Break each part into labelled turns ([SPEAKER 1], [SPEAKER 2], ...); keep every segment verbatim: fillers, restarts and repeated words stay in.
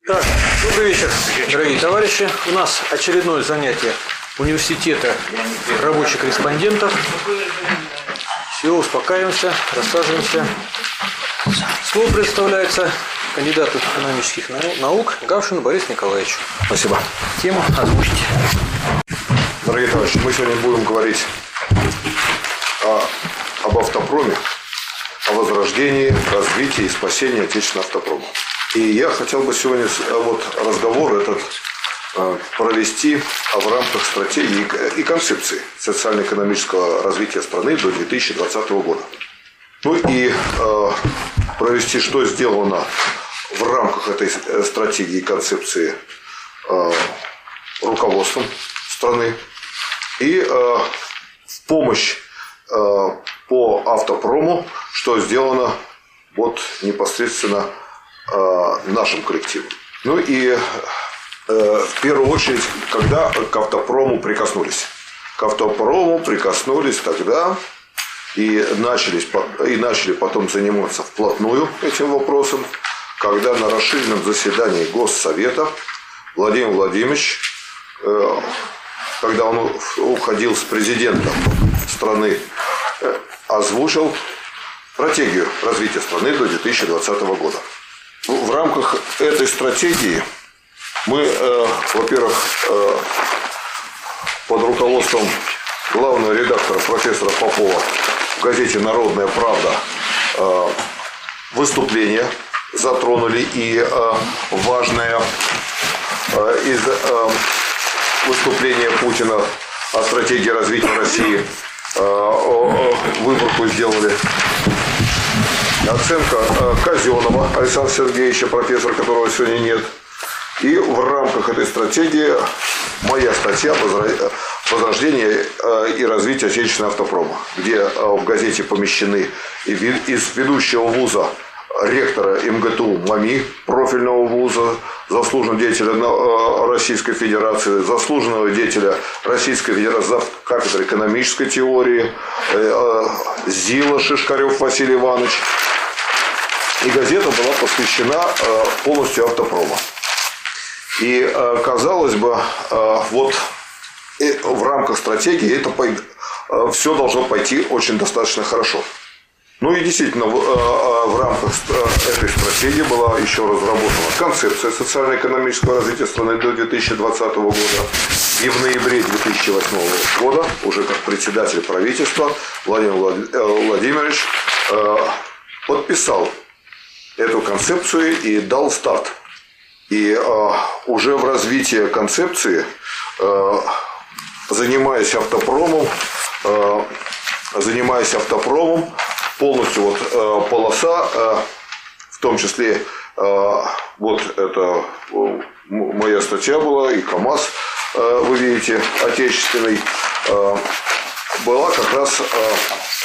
[SPEAKER 1] Так, добрый вечер, дорогие товарищи. У нас очередное занятие университета рабочих корреспондентов. Все, успокаиваемся, рассаживаемся. Слово представляется кандидату экономических наук Гавшину Борису Николаевичу.
[SPEAKER 2] Спасибо.
[SPEAKER 1] Тему озвучите.
[SPEAKER 2] Дорогие товарищи, мы сегодня будем говорить о, об автопроме, о возрождении, развитии и спасении отечественного автопрома. И я хотел бы сегодня вот разговор этот провести в рамках стратегии и концепции социально-экономического развития страны до две тысячи двадцатого года. Ну и э, провести, что сделано в рамках этой стратегии и концепции э, руководством страны. И э, в помощь э, по автопрому, что сделано вот непосредственно э, нашим коллективом. Ну и э, в первую очередь, когда к автопрому прикоснулись. К автопрому прикоснулись тогда и, начались, и начали потом заниматься вплотную этим вопросом, когда на расширенном заседании Госсовета Владимир Владимирович, э, когда он уходил с президентом страны, э, озвучил стратегию развития страны до две тысячи двадцатого года. В рамках этой стратегии мы, э, во-первых, э, под руководством главного редактора профессора Попова в газете «Народная правда» э, выступление затронули и э, важное э, из э, выступления Путина о стратегии развития России э, выборку сделали. Оценка э, Казенова Александра Сергеевича, профессора, которого сегодня нет. И в рамках этой стратегии моя статья «Возрождение и развитие отечественного автопрома», где в газете помещены из ведущего вуза ректора эм гэ тэ у МАМИ, профильного вуза, заслуженного деятеля Российской Федерации, заслуженного деятеля Российской Федерации кафедры экономической теории, ЗИЛа Шишкарев Василий Иванович. И газета была посвящена полностью автопрому. И, казалось бы, вот в рамках стратегии это все должно пойти очень достаточно хорошо. Ну и действительно, в рамках этой стратегии была еще разработана концепция социально-экономического развития страны до две тысячи двадцатого года. И в ноябре две тысячи восьмого года, уже как председатель правительства, Владимир Владимирович подписал эту концепцию и дал старт. И э, уже в развитии концепции, э, занимаясь автопромом, э, занимаясь автопромом, полностью вот э, полоса, э, в том числе э, вот это э, моя статья была, и КАМАЗ, э, вы видите, отечественный, э, была как раз э,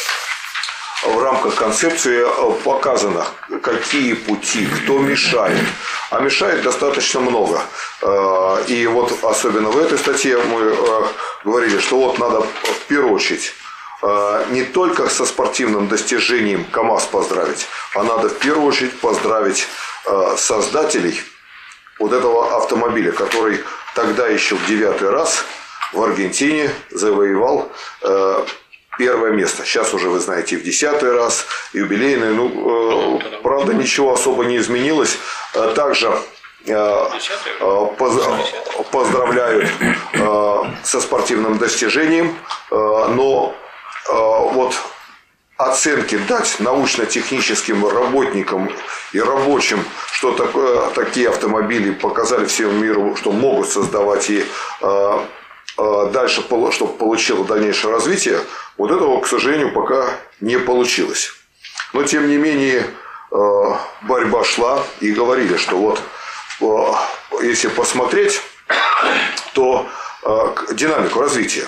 [SPEAKER 2] в рамках концепции показано, какие пути, кто мешает. А мешает достаточно много. И вот особенно в этой статье мы говорили, что вот надо в первую очередь не только со спортивным достижением КАМАЗ поздравить, а надо в первую очередь поздравить создателей вот этого автомобиля, который тогда еще в девятый раз в Аргентине завоевал первое место. Сейчас уже, вы знаете, в десятый раз, юбилейный. Ну, э, правда, ничего особо не изменилось. Также э, поз, поздравляют э, со спортивным достижением. Э, но э, вот оценки дать научно-техническим работникам и рабочим, что такое, такие автомобили показали всему миру, что могут создавать и э, дальше, чтобы получило дальнейшее развитие, вот этого, к сожалению, пока не получилось. Но, тем не менее, борьба шла, и говорили, что вот, если посмотреть, то динамику развития,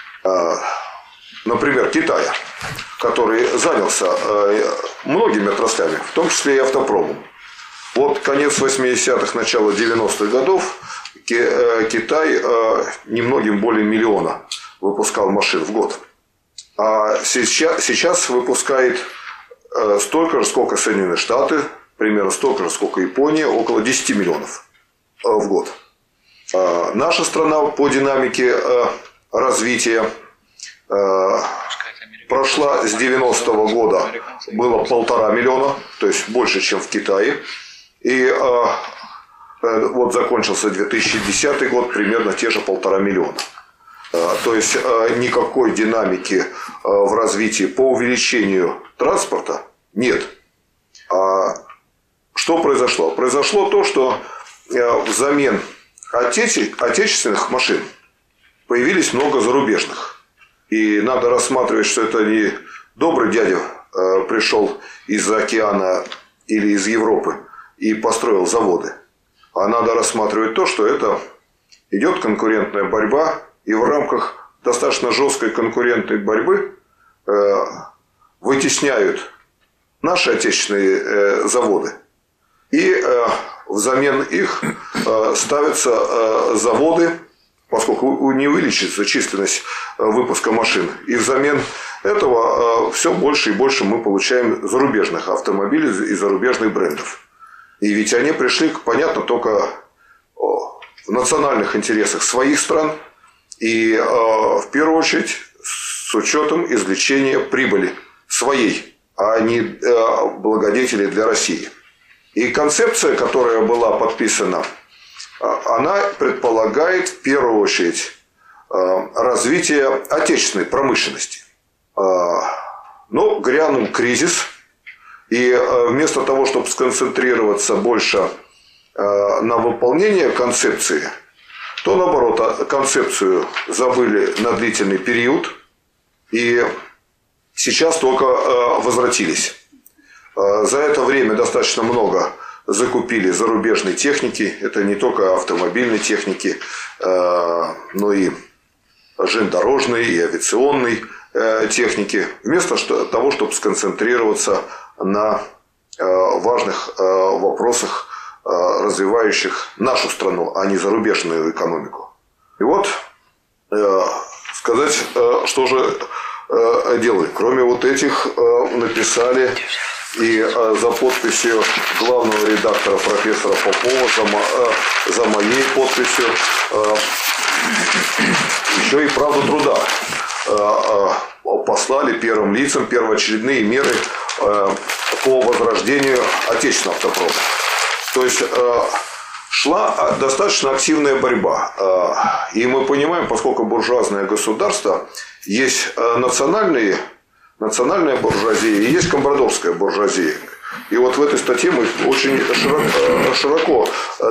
[SPEAKER 2] например, Китая, который занялся многими отраслями, в том числе и автопромом. Вот конец восьмидесятых, начало девяностых годов Китай немногим более миллиона выпускал машин в год. А сейчас, сейчас выпускает столько же, сколько Соединенные Штаты, примерно столько же, сколько Япония, около десяти миллионов. в год. Наша страна по динамике развития прошла с девяностого года, было полтора миллиона, то есть больше, чем в Китае. И вот закончился две тысячи десятый год, примерно те же полтора миллиона. То есть никакой динамики в развитии по увеличению транспорта нет. А что произошло? Произошло то, что взамен отече- отечественных машин появились много зарубежных. И надо рассматривать, что это не добрый дядя пришел из-за океана или из Европы и построил заводы. А надо рассматривать то, что это идет конкурентная борьба, и в рамках достаточно жесткой конкурентной борьбы э, вытесняют наши отечественные э, заводы. И э, взамен их э, ставятся э, заводы, поскольку не увеличится численность выпуска машин. И взамен этого э, все больше и больше мы получаем зарубежных автомобилей и зарубежных брендов. И ведь они пришли, понятно, только в национальных интересах своих стран и э, в первую очередь с учетом извлечения прибыли своей, а не э, благодетелей для России. И концепция, которая была подписана, она предполагает в первую очередь э, развитие отечественной промышленности. Э, но грянул кризис, и э, вместо того, чтобы сконцентрироваться больше э, на выполнении концепции, то наоборот, концепцию забыли на длительный период и сейчас только возвратились. За это время достаточно много закупили зарубежной техники. Это не только автомобильной техники, но и железнодорожной, и авиационной техники. Вместо того, чтобы сконцентрироваться на важных вопросах, развивающих нашу страну, а не зарубежную экономику. И вот э, сказать, э, что же э, делали. Кроме вот этих э, написали и э, за подписью главного редактора профессора Попова, за, э, за моей подписью, э, еще и правду труда э, э, послали первым лицам первоочередные меры э, по возрождению отечественного автопрома. То есть шла достаточно активная борьба. И мы понимаем, поскольку буржуазное государство, есть национальные, национальная буржуазия и есть компрадорская буржуазия. И вот в этой статье мы очень широко, широко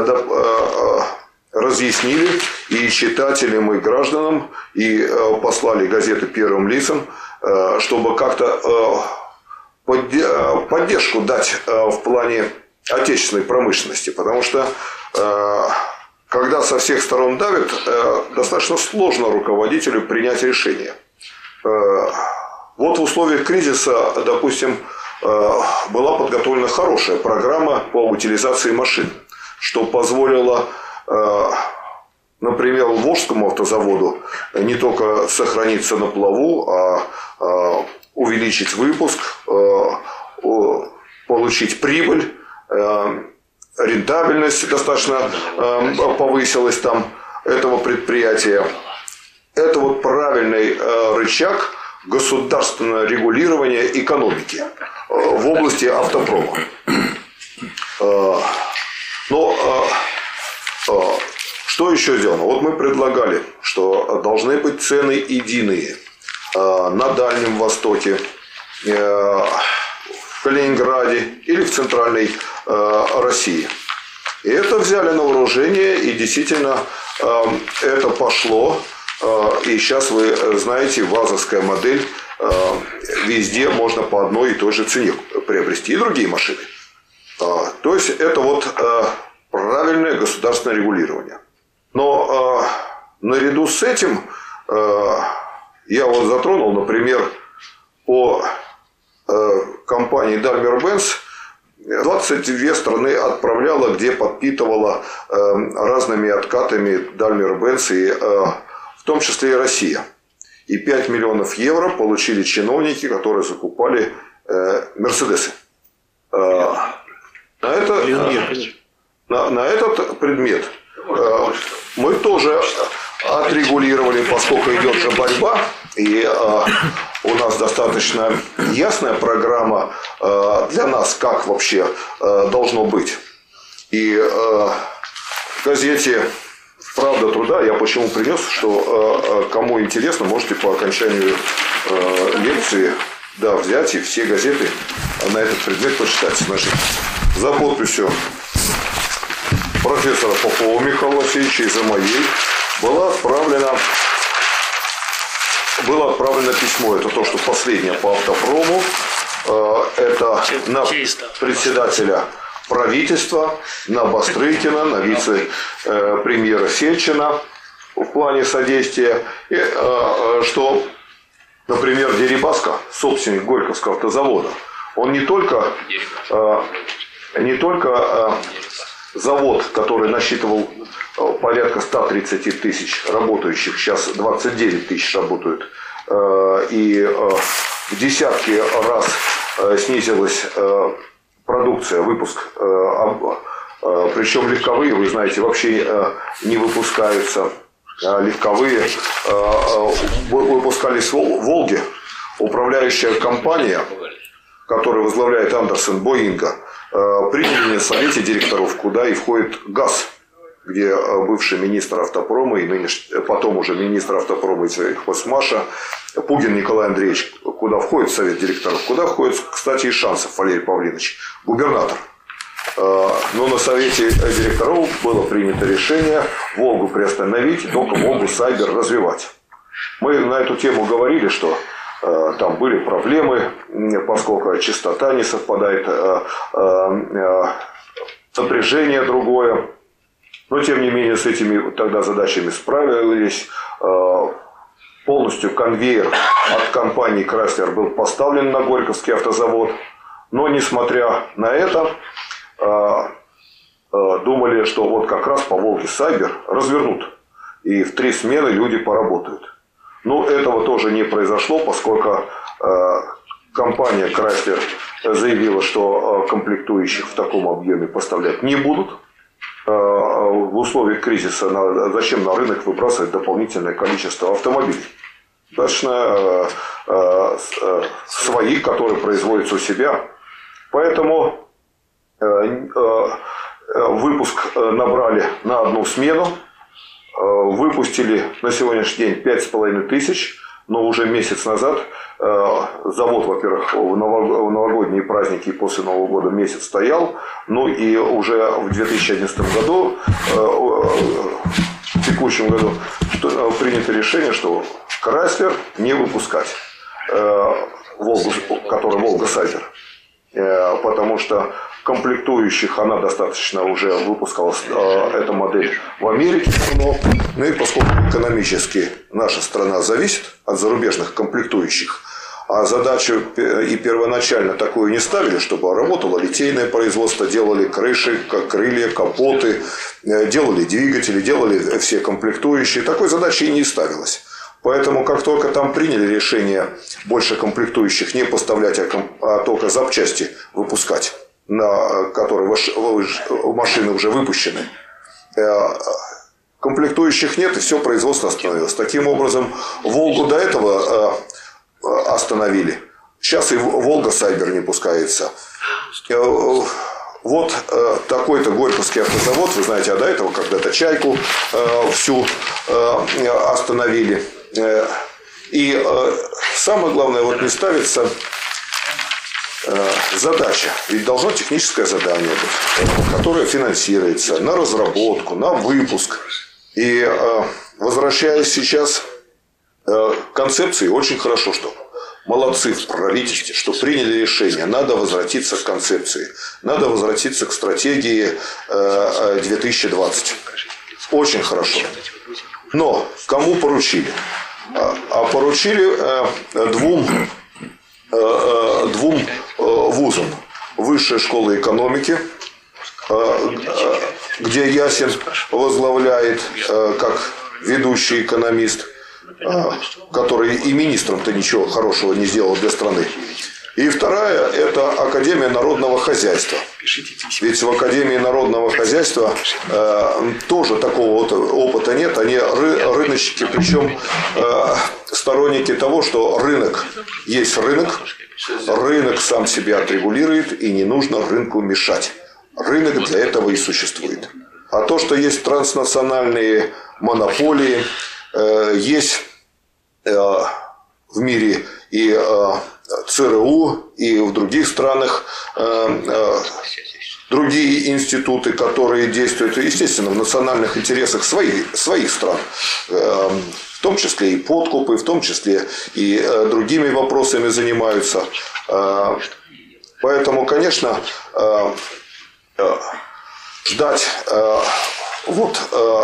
[SPEAKER 2] разъяснили и читателям, и гражданам, и послали газеты первым лицам, чтобы как-то поддержку дать в плане отечественной промышленности, потому что э, когда со всех сторон давят, э, достаточно сложно руководителю принять решение. Э, вот в условиях кризиса, допустим, э, была подготовлена хорошая программа по утилизации машин, что позволило, э, например, Волжскому автозаводу не только сохраниться на плаву, а э, увеличить выпуск, э, получить прибыль. Рентабельность достаточно повысилась там этого предприятия. Это вот правильный рычаг государственного регулирования экономики в области автопрома. Но что еще сделано? Вот мы предлагали, что должны быть цены единые на Дальнем Востоке, в Калининграде или в центральной э, России. И это взяли на вооружение, и действительно э, это пошло. Э, и сейчас вы знаете, ВАЗовская модель, э, везде можно по одной и той же цене приобрести и другие машины. Э, то есть это вот э, правильное государственное регулирование. Но э, наряду с этим э, я вот затронул, например, по компании Daimler-Benz двадцать две страны отправляла, где подпитывала разными откатами Daimler-Benz, и в том числе и Россия. И пять миллионов евро получили чиновники, которые закупали Мерседесы. На, это, на, на этот предмет мы тоже отрегулировали, поскольку идет же борьба, и э, у нас достаточно ясная программа э, для нас, как вообще э, должно быть. И э, в газете «Правда труда» я почему принес, что э, кому интересно, можете по окончанию э, лекции да, взять и все газеты на этот предмет почитать. Значит, за подписью профессора Попова Михаила Васильевича и за моей было отправлено, было отправлено письмо. Это то, что последнее по автопрому. Это на председателя правительства, на Бастрыкина, на вице-премьера Сельчина в плане содействия. И, что, например, Дерибаска, собственник Горьковского автозавода, он не только, не только завод, который насчитывал порядка ста тридцати тысяч работающих, сейчас двадцать девять тысяч работают, и в десятки раз снизилась продукция, выпуск, причем легковые, вы знаете, вообще не выпускаются. Легковые выпускались в Волге. Управляющая компания, которую возглавляет Андерсон Боинга, приняли на совете директоров, куда и входит ГАЗ, где бывший министр автопрома и нынеш... потом уже министр автопрома и хозмаша Пугин Николай Андреевич, куда входит совет директоров, куда входит, кстати, и Шансов Валерий Павлович, губернатор. Но на совете директоров было принято решение Волгу приостановить, только Волгу Сайбер развивать. Мы на эту тему говорили, что там были проблемы, поскольку частота не совпадает, напряжение другое. Но, тем не менее, с этими тогда задачами справились. Полностью конвейер от компании Chrysler был поставлен на Горьковский автозавод. Но, несмотря на это, думали, что вот как раз по Волге Сайбер развернут. И в три смены люди поработают. Но этого тоже не произошло, поскольку компания Chrysler заявила, что комплектующих в таком объеме поставлять не будут. В условиях кризиса зачем на рынок выбрасывать дополнительное количество автомобилей? Достаточно своих, которые производятся у себя. Поэтому выпуск набрали на одну смену. Выпустили на сегодняшний день пять с половиной тысяч, но уже месяц назад завод, во-первых, в новогодние праздники и после Нового года месяц стоял, ну и уже в две тысячи одиннадцатом году, в текущем году, принято решение, что Chrysler не выпускать, Волгу, который Волга Сайбер, потому что комплектующих она достаточно уже выпускалась, э, эта модель в Америке. Но, ну и поскольку экономически наша страна зависит от зарубежных комплектующих, а задачу и первоначально такую не ставили, чтобы работало литейное производство, делали крыши, крылья, капоты, делали двигатели, делали все комплектующие. Такой задачи и не ставилось. Поэтому, как только там приняли решение больше комплектующих не поставлять, а, комп... а только запчасти выпускать, на которые машины уже выпущены, комплектующих нет, и все производство остановилось. Таким образом, Волгу до этого остановили. Сейчас и Волга Сайбер не пускается. Вот такой-то Горьковский автозавод, вы знаете, а до этого когда-то Чайку всю остановили. И самое главное, вот не ставится задача, ведь должно техническое задание быть, которое финансируется на разработку, на выпуск. И возвращаясь сейчас к концепции, очень хорошо, что молодцы в правительстве, что приняли решение, надо возвратиться к концепции, надо возвратиться к стратегии две тысячи двадцать. Очень хорошо. Но кому поручили? А поручили двум двум вузам. Высшая школа экономики, где Ясин возглавляет как ведущий экономист, который и министром-то ничего хорошего не сделал для страны. И вторая – это Академия народного хозяйства. Ведь в Академии народного хозяйства э, тоже такого вот опыта нет. Они ры, рыночники, причем э, сторонники того, что рынок есть рынок, рынок сам себя отрегулирует, и не нужно рынку мешать. Рынок для этого и существует. А то, что есть транснациональные монополии, э, есть э, в мире и э, ЦРУ, и в других странах э, э, другие институты, которые действуют, естественно, в национальных интересах своих, своих стран, э, в том числе и подкупы, в том числе и э, другими вопросами занимаются. Э, поэтому, конечно, э, э, ждать э, вот э,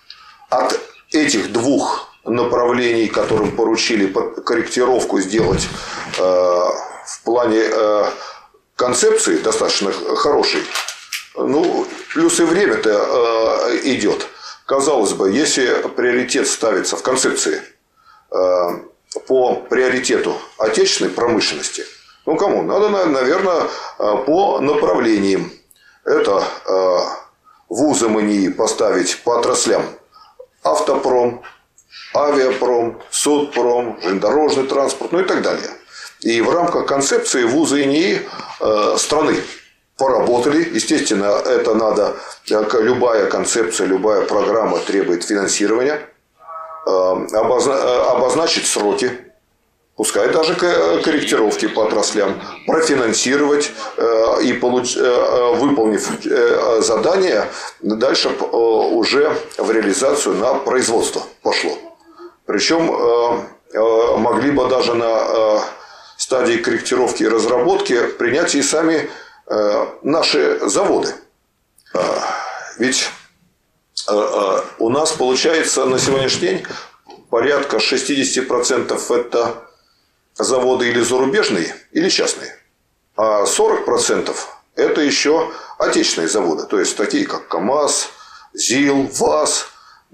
[SPEAKER 2] от этих двух направлений, которым поручили корректировку сделать э, в плане э, концепции достаточно хорошей, ну, плюс и время-то э, идет. Казалось бы, если приоритет ставится в концепции э, по приоритету отечественной промышленности, ну, кому? Надо, наверное, по направлениям. Это э, вузы МНИИ поставить по отраслям: автопром, авиапром, судпром, железнодорожный транспорт, ну и так далее. И в рамках концепции вузы ИНИИ э, страны поработали. Естественно, это надо, любая концепция, любая программа требует финансирования, э, обозна, обозначить сроки, пускай даже корректировки по отраслям, профинансировать э, и получ, э, выполнив э, задание, дальше э, уже в реализацию на производство пошло. Причем э, э, могли бы даже на э, стадии корректировки и разработки принять и сами э, наши заводы. Э, ведь э, э, у нас получается на сегодняшний день порядка шестьдесят процентов это заводы или зарубежные, или частные. А сорок процентов это еще отечественные заводы. То есть такие как КАМАЗ, ЗИЛ, ВАЗ.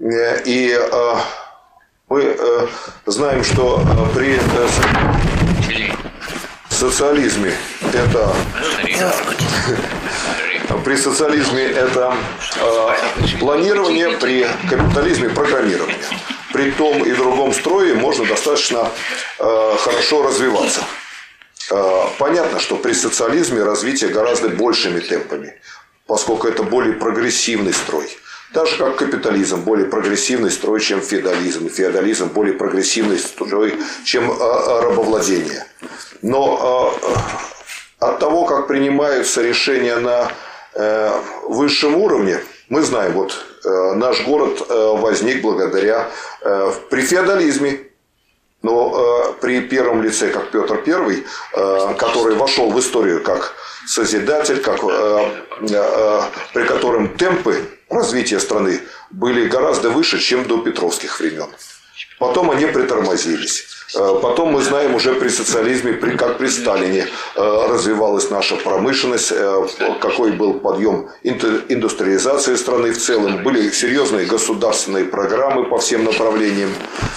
[SPEAKER 2] И э, мы э, знаем, что при э, социализме это при социализме это э, планирование, при капитализме программирование. При том и другом строе можно достаточно э, хорошо развиваться. Э, понятно, что при социализме развитие гораздо большими темпами, поскольку это более прогрессивный строй. Так же, как капитализм более прогрессивный строй, чем феодализм. И феодализм более прогрессивный строй, чем э, рабовладение. Но э, от того, как принимаются решения на э, высшем уровне, мы знаем, вот э, наш город э, возник благодаря э, при феодализме. Но э, при первом лице, как Петр Первый, э, который вошел в историю как созидатель, как, э, э, при котором темпы развития страны были гораздо выше, чем до петровских времен. Потом они притормозились. Потом мы знаем уже при социализме, при, как при Сталине развивалась наша промышленность, какой был подъем индустриализации страны в целом. Были серьезные государственные программы по всем направлениям.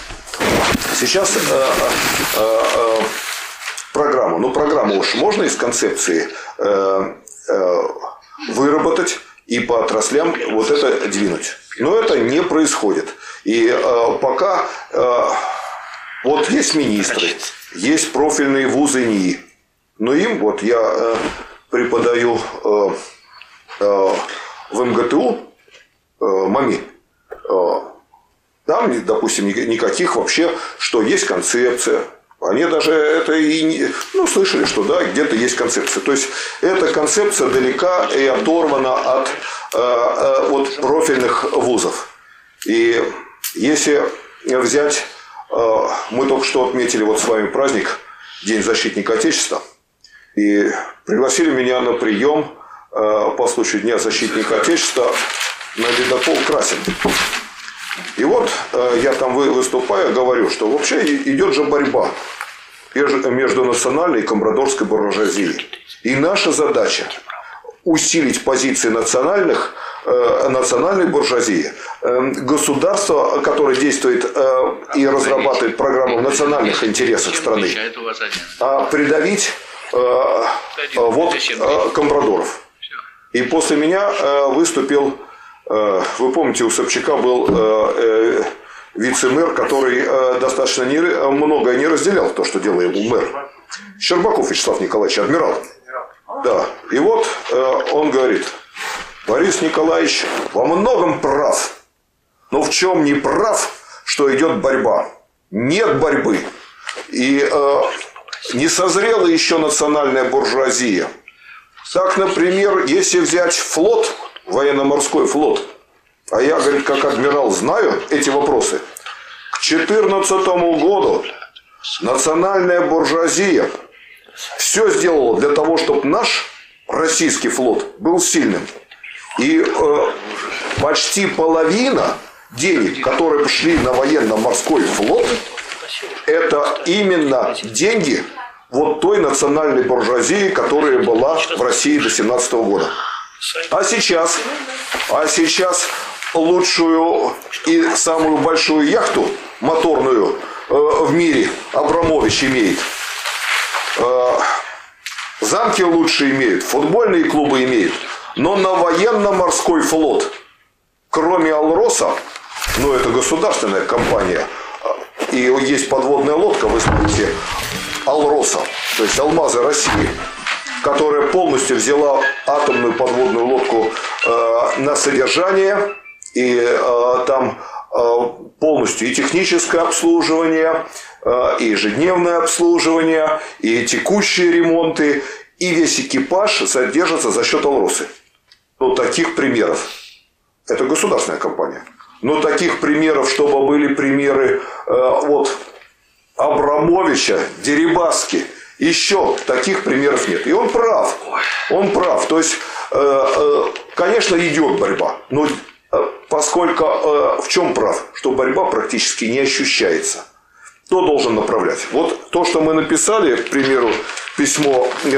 [SPEAKER 2] Сейчас э, э, э, программу, ну программу уж можно из концепции э, э, выработать и по отраслям вот это двинуть. Но это не происходит. И э, пока э, вот есть министры, есть профильные вузы НИИ, но им вот я э, преподаю э, э, в МГТУ э, МАМИ. Э, Там, допустим, никаких вообще, что есть концепция. Они даже это и не, ну, слышали, что да, где-то есть концепция. То есть эта концепция далека и оторвана от, э, от профильных вузов. И если взять, э, мы только что отметили вот с вами праздник День защитника Отечества, и пригласили меня на прием э, по случаю Дня защитника Отечества на ледокол «Красин». И вот я там выступаю, говорю, что вообще идет же борьба между национальной и компрадорской буржуазией. И наша задача усилить позиции национальных, национальной буржуазии, государства, которое действует и разрабатывает программы в национальных интересах страны, а придавить э, вот э, компрадоров. И после меня э, выступил, э, вы помните, у Собчака был э, э, вице-мэр, который э, достаточно не, многое не разделял то, что делал ему мэр. Щербаков Вячеслав Николаевич, адмирал. Да. И вот э, он говорит: Борис Николаевич во многом прав. Но в чем не прав, что идет борьба? Нет борьбы. И э, не созрела еще национальная буржуазия. Так, например, если взять флот, военно-морской флот, а я, говорит, как адмирал знаю эти вопросы, к две тысячи четырнадцатому году национальная буржуазия все сделала для того, чтобы наш российский флот был сильным. И э, почти половина денег, которые пошли на военно-морской флот, это именно деньги вот той национальной буржуазии, которая была в России до семнадцатого года. А сейчас, а сейчас лучшую и самую большую яхту моторную э, в мире Абрамович имеет. Э, замки лучше имеют, футбольные клубы имеют. Но на военно-морской флот, кроме Алроса, ну это государственная компания, и есть подводная лодка, вы смотрите, Алроса, то есть Алмазы России, которая полностью взяла атомную подводную лодку э, на содержание, и э, там э, полностью и техническое обслуживание, э, и ежедневное обслуживание, и текущие ремонты, и весь экипаж содержится за счет Алросы. Ну, таких примеров. Это государственная компания. Но таких примеров, чтобы были примеры э, вот Абрамовича, Дерибаски, еще таких примеров нет. И он прав. Он прав. То есть, э, э, конечно, идет борьба. Но э, поскольку э, в чем прав? Что борьба практически не ощущается. Кто должен направлять? Вот то, что мы написали, к примеру, письмо э,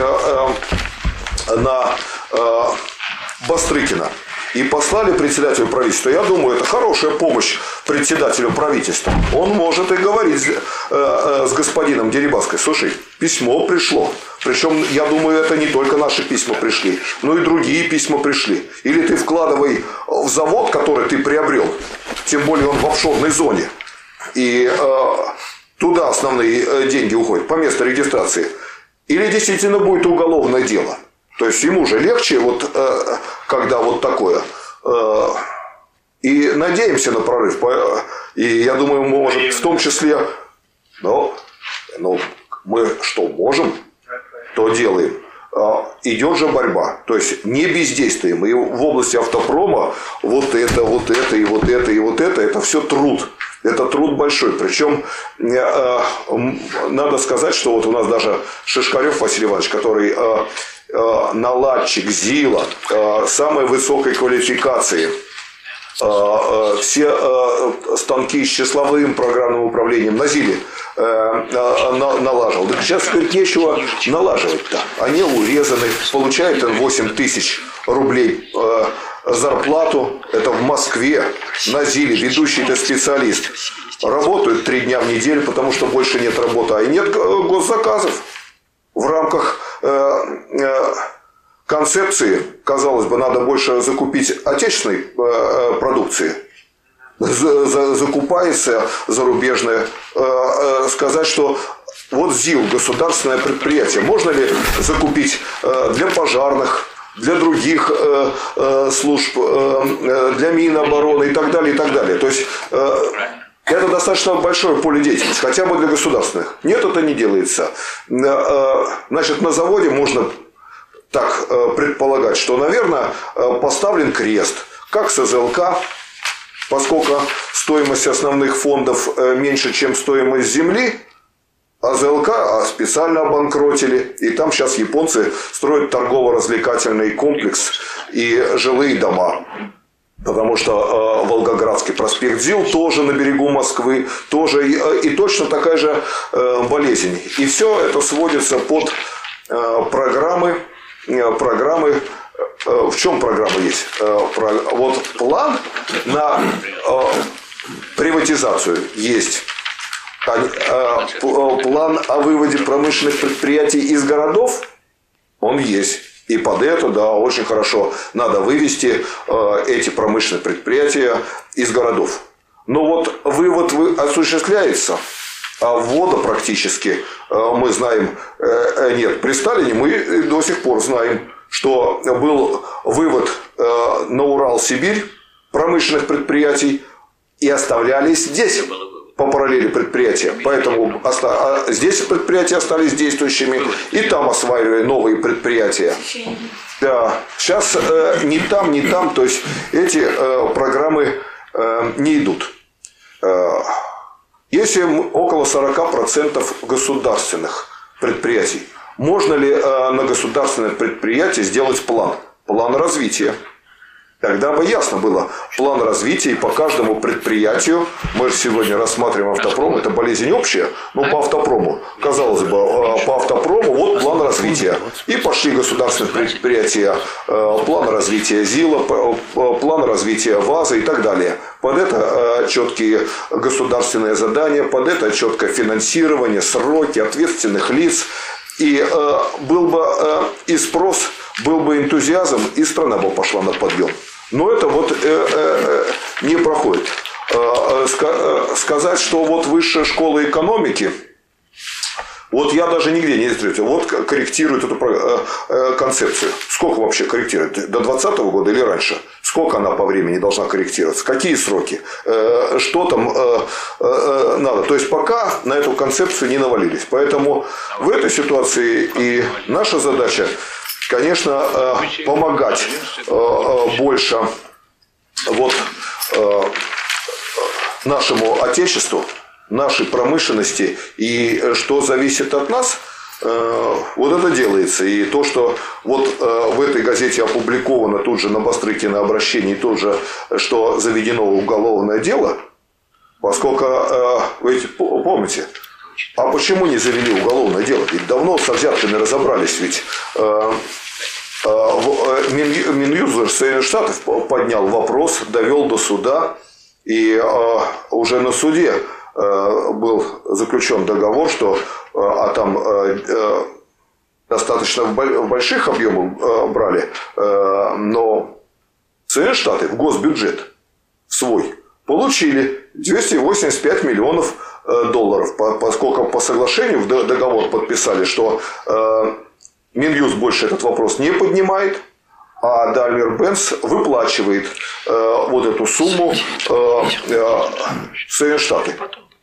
[SPEAKER 2] э, на э, Бастрыкина и послали председателю правительства. Я думаю, это хорошая помощь председателю правительства. Он может и говорить э, э, с господином Дерибаской: слушай, письмо пришло. Причем, я думаю, это не только наши письма пришли, но и другие письма пришли. Или ты вкладывай в завод, который ты приобрел, тем более он в офшорной зоне, и э, туда основные деньги уходят по месту регистрации. Или действительно будет уголовное дело. То есть ему же легче, вот, э, когда вот такое. Э, и надеемся на прорыв. И я думаю, может, в том числе, ну, ну, мы что можем, то делаем. Э, идет же борьба. То есть не бездействуем. И в области автопрома вот это, вот это, и вот это, и вот это, это все труд. Это труд большой. Причем э, надо сказать, что вот у нас даже Шишкарев Василий Иванович, который э, э, наладчик ЗИЛа э, самой высокой квалификации, э, э, все э, станки с числовым программным управлением на ЗИЛе э, э, на, налаживал. Так сейчас, говорит, нечего налаживать-то. Они урезаны, получают восемь тысяч рублей э, зарплату, это в Москве, на ЗИЛе, ведущий-то специалист. Работают три дня в неделю, потому что больше нет работы, а и нет госзаказов. В рамках э, э, концепции, казалось бы, надо больше закупить отечественной э, продукции. За, за, закупается зарубежная. Э, э, сказать, что вот ЗИЛ, государственное предприятие, можно ли закупить э, для пожарных, для других э, э, служб, э, для Минобороны и так далее, и так далее. То есть э, это достаточно большое поле деятельности, хотя бы для государственных. Нет, это не делается. Э, значит, на заводе можно так э, предполагать, что, наверное, э, поставлен крест, как с СЛК, поскольку стоимость основных фондов э, меньше, чем стоимость земли. А ЗЛК специально обанкротили. И там сейчас японцы строят торгово-развлекательный комплекс и жилые дома. Потому что э, Волгоградский проспект ЗИЛ тоже на берегу Москвы. Тоже, и, э, и точно такая же э, болезнь. И все это сводится под э, программы. Э, программы э, в чем программа есть? Э, про, вот план на э, приватизацию есть. План о выводе промышленных предприятий из городов, он есть. И под это, да, очень хорошо надо вывести эти промышленные предприятия из городов. Но вот вывод осуществляется, а ввода практически, мы знаем, нет. При Сталине мы до сих пор знаем, что был вывод на Урал-Сибирь промышленных предприятий и оставлялись здесь по параллели предприятия. Поэтому здесь предприятия остались действующими, и там осваивали новые предприятия. Да. Сейчас ни там, ни там, то есть эти программы не идут. Если около сорока процентов государственных предприятий, можно ли на государственное предприятие сделать план? План развития. Тогда бы ясно было план развития, и по каждому предприятию, мы же сегодня рассматриваем автопром, это болезнь общая, но по автопрому, казалось бы, по автопрому вот план развития. И пошли государственные предприятия, план развития ЗИЛа, план развития ВАЗа и так далее. Под это четкие государственные задания, под это четкое финансирование, сроки, ответственных лиц. И был бы и спрос, был бы энтузиазм, и страна бы пошла на подъем. Но это вот э, э, не проходит. Э, э, сказать, что вот высшая школа экономики, вот я даже нигде не встретил, вот корректирует эту э, э, концепцию. Сколько вообще корректирует? До двадцатого года или раньше? Сколько она по времени должна корректироваться? Какие сроки? Э, что там э, э, надо? То есть пока на эту концепцию не навалились. Поэтому в этой ситуации и наша задача, конечно, помогать больше вот нашему отечеству, нашей промышленности, и что зависит от нас, вот это делается. И то, что вот в этой газете опубликовано тут же на Бастрыке на обращении, тут же, что заведено уголовное дело, поскольку, вы помните, а почему не завели уголовное дело? Ведь давно со взятками разобрались. Ведь э, э, Минюст Соединенных Штатов поднял вопрос, довел до суда. И э, уже на суде э, был заключен договор, что э, а там э, э, достаточно в больших объемах э, брали. Э, но Соединенные Штаты в госбюджет свой получили двести восемьдесят пять миллионов долларов, поскольку по соглашению в договор подписали, что Минюст больше этот вопрос не поднимает, а Daimler-Benz выплачивает вот эту сумму в Соединенные Штаты.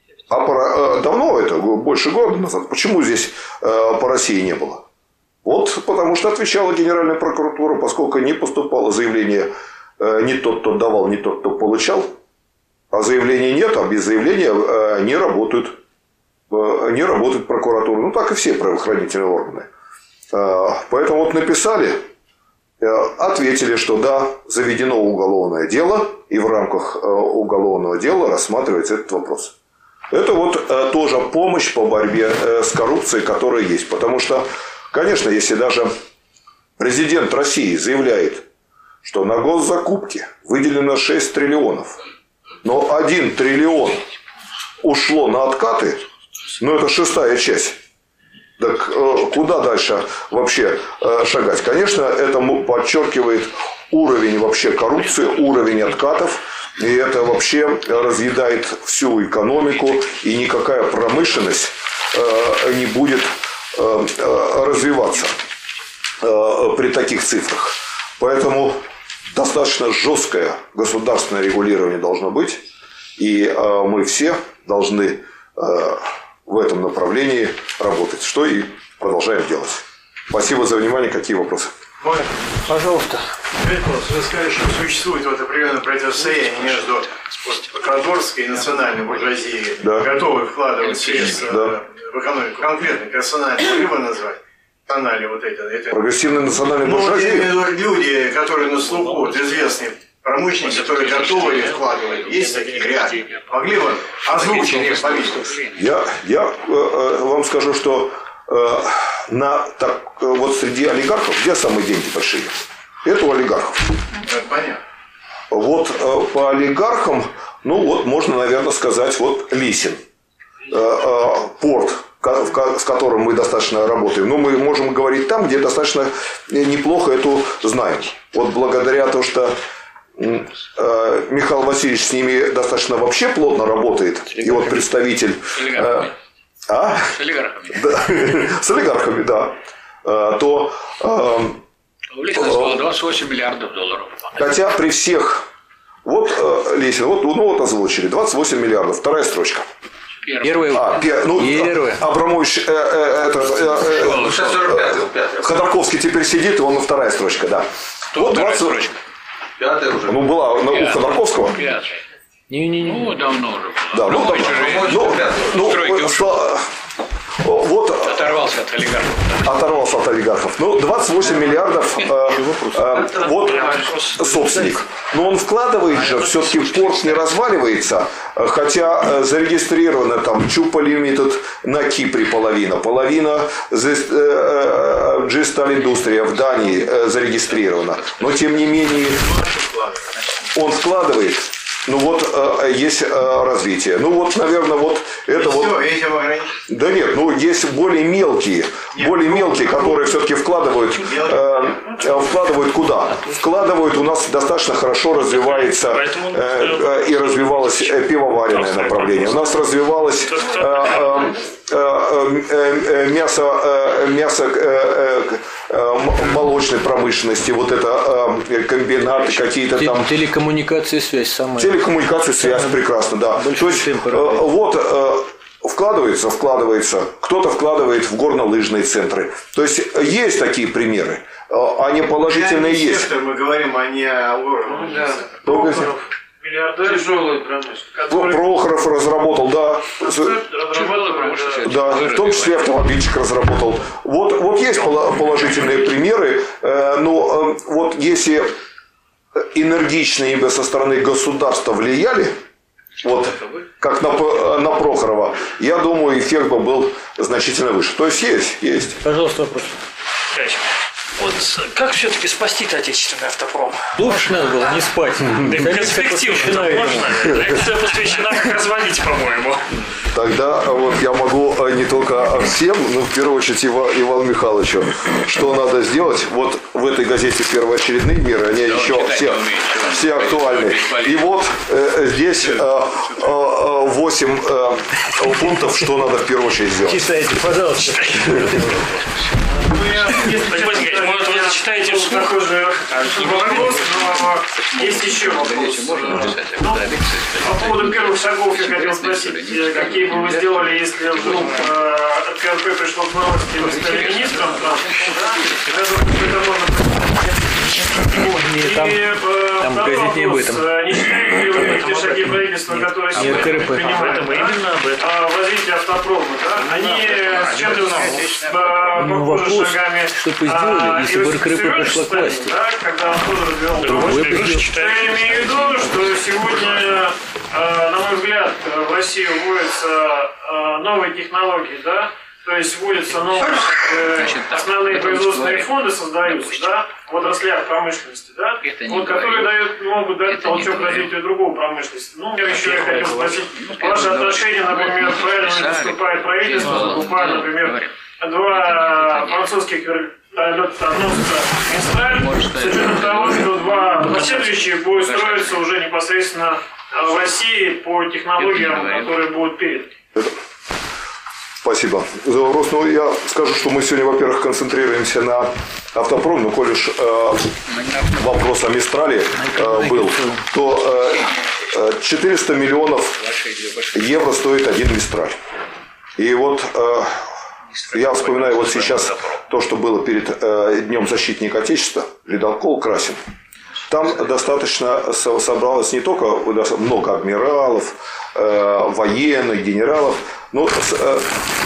[SPEAKER 2] А давно это, больше года назад, почему здесь по России не было? Вот потому что отвечала Генеральная прокуратура, поскольку не поступало заявление, не тот, кто давал, не тот, кто получал. А заявлений нет, а без заявления не работают, не работает прокуратура. Ну, так и все правоохранительные органы. Поэтому вот написали, ответили, что да, заведено уголовное дело, и в рамках уголовного дела рассматривается этот вопрос. Это вот тоже помощь по борьбе с коррупцией, которая есть. Потому что, конечно, если даже президент России заявляет, что на госзакупки выделено шесть триллионов, но один триллион ушло на откаты, ну это шестая часть. Так куда дальше вообще шагать? Конечно, это подчеркивает уровень вообще коррупции, уровень откатов. И это вообще разъедает всю экономику. И никакая промышленность не будет развиваться при таких цифрах. Поэтому достаточно жесткое государственное регулирование должно быть, и мы все должны в этом направлении работать, что и продолжаем делать. Спасибо за внимание. Какие вопросы?
[SPEAKER 1] Можно? Пожалуйста.
[SPEAKER 3] Вы сказали, что существует вот определенное противостояние между прокураторской и национальной буржуазией,
[SPEAKER 2] да.
[SPEAKER 3] готовы вкладывать средства
[SPEAKER 2] да.
[SPEAKER 3] в экономику. Конкретно персонально могли бы назвать? Вот это, это.
[SPEAKER 2] Прогрессивная национальная
[SPEAKER 3] ну,
[SPEAKER 2] буржуазия?
[SPEAKER 3] Вот люди, которые на слуху, вот, известные промышленники, которые готовы вкладывать, есть такие реально. Могли бы озвучить их повестку?
[SPEAKER 2] Я, я э, вам скажу, что э, на, так, вот среди олигархов, где самые деньги большие? Это у олигархов.
[SPEAKER 3] Это понятно.
[SPEAKER 2] Вот э, по олигархам, ну вот можно, наверное, сказать, вот Лисин. порт, с которым мы достаточно работаем, но мы можем говорить там, где достаточно неплохо эту знаем. Вот благодаря тому, что Михаил Васильевич с ними достаточно вообще плотно работает, и вот представитель... А?
[SPEAKER 4] С олигархами.
[SPEAKER 2] Да. С олигархами, да. То...
[SPEAKER 4] Увеличилось было двадцать восемь миллиардов долларов.
[SPEAKER 2] Хотя при всех... Вот, Лесин, вот, ну вот озвучили. двадцать восемь миллиардов. Вторая строчка.
[SPEAKER 4] Первая.
[SPEAKER 2] А, пер, ну,
[SPEAKER 4] Первая.
[SPEAKER 2] Абрамович, э, э, это, э, э, Ходорковский теперь сидит, и он на вторая строчка, да.
[SPEAKER 4] Кто вот двадцать... строчка?
[SPEAKER 2] Пятая уже. Ну, была на, у Ходорковского.
[SPEAKER 4] Пятая. Не-не-не. Ну, давно уже было.
[SPEAKER 2] Да, ну, давно. Ну, ну, ну, что, вот,
[SPEAKER 4] оторвался от олигархов. Да.
[SPEAKER 2] Оторвался от олигархов. Ну, двадцать восемь миллиардов э, э, вот собственник. Но он вкладывает же, все-таки порт не разваливается, хотя зарегистрировано там Чупа Лимитед на Кипре половина, половина G-Stal Индустрия в Дании зарегистрирована. Но тем не менее он вкладывает. Ну вот э, есть э, развитие. Ну вот, наверное, вот это
[SPEAKER 3] и
[SPEAKER 2] вот.
[SPEAKER 3] Все, этим
[SPEAKER 2] да нет, ну есть более мелкие, нет, более мелкие, которые все-таки вкладывают, э, вкладывают куда? Вкладывают, у нас достаточно хорошо развивается э, э, и развивалось пивоваренное направление. У нас развивалось э, э, э, э, мясо, э, мясо э, э, молочной промышленности, вот это э, комбинаты какие-то там.
[SPEAKER 1] Телекоммуникации, связь самая.
[SPEAKER 2] Телекоммуникации, связь, прекрасно, да. То есть, э, вот, э, вкладывается, вкладывается, кто-то вкладывает в горнолыжные центры. То есть, есть такие примеры, они положительные
[SPEAKER 3] реальный
[SPEAKER 2] есть.
[SPEAKER 3] Сектор, мы говорим, а не о горнолыжных.
[SPEAKER 5] Да.
[SPEAKER 2] Прохоров,
[SPEAKER 5] Миллиардер тяжелой промышленности. Который...
[SPEAKER 2] Прохоров разработал, да. Да, в том числе автомобильчик разработал. Вот, вот есть положительные примеры, но вот если энергичные со стороны государства влияли, вот как на, на Прохорова, я думаю, эффект бы был значительно выше. То есть есть, есть.
[SPEAKER 1] Пожалуйста, вопрос.
[SPEAKER 5] Вот как все-таки спасти отечественный автопром?
[SPEAKER 1] Лучше надо было не спать.
[SPEAKER 5] Перспективно можно. Лекция посвящена, как развалить, по-моему.
[SPEAKER 2] Тогда вот я могу не только всем, но в первую очередь Ивану Михайловичу, что надо сделать. Вот в этой газете «Первоочередные меры», они да, еще все, все актуальны. И вот э, здесь восемь э, э, пунктов, что надо в первую очередь сделать.
[SPEAKER 1] Читайте, пожалуйста.
[SPEAKER 5] Может, вы зачитаете такой же вопрос, но есть еще вопрос. Ну, по поводу первых шагов я хотел спросить, какие бы вы сделали, если вдруг от КРП пришло к новости, вы стали министром, я думаю, что это можно...
[SPEAKER 1] Нет, там, там в газете об этом.
[SPEAKER 5] Не считаете ли вы эти шаги правительства, которые сегодня предпринимают в развитии автопрома, да? Они с чем-то похожи шагами.
[SPEAKER 1] Что бы сделали, если бы РКП пришла к власти?
[SPEAKER 5] Да, когда он тоже развивал. Я имею в виду, что сегодня, на мой взгляд, в России вводятся новые технологии, да? То есть вводятся новые э, основные производственные фонды, создаются, да, в отраслях промышленности, да, вот, которые дают, могут дать толчок развитию другого промышленности. Ну, я еще я хотел спросить, ваше отношение, например, правильно выступает правительство, закупая, например, два французских вертолетоносца «Мистраль», с учетом того, что два последующие будут строиться уже непосредственно в России по технологиям, которые будут переданы.
[SPEAKER 2] Спасибо за вопрос. Ну, я скажу, что мы сегодня, во-первых, концентрируемся на автопром, но коль уж э, вопрос о Мистрале э, был, то э, четыреста миллионов евро стоит один Мистраль. И вот э, я вспоминаю вот сейчас то, что было перед э, Днем защитника Отечества, ледокол «Красин». Там достаточно собралось не только много адмиралов, э, военных, генералов, но э,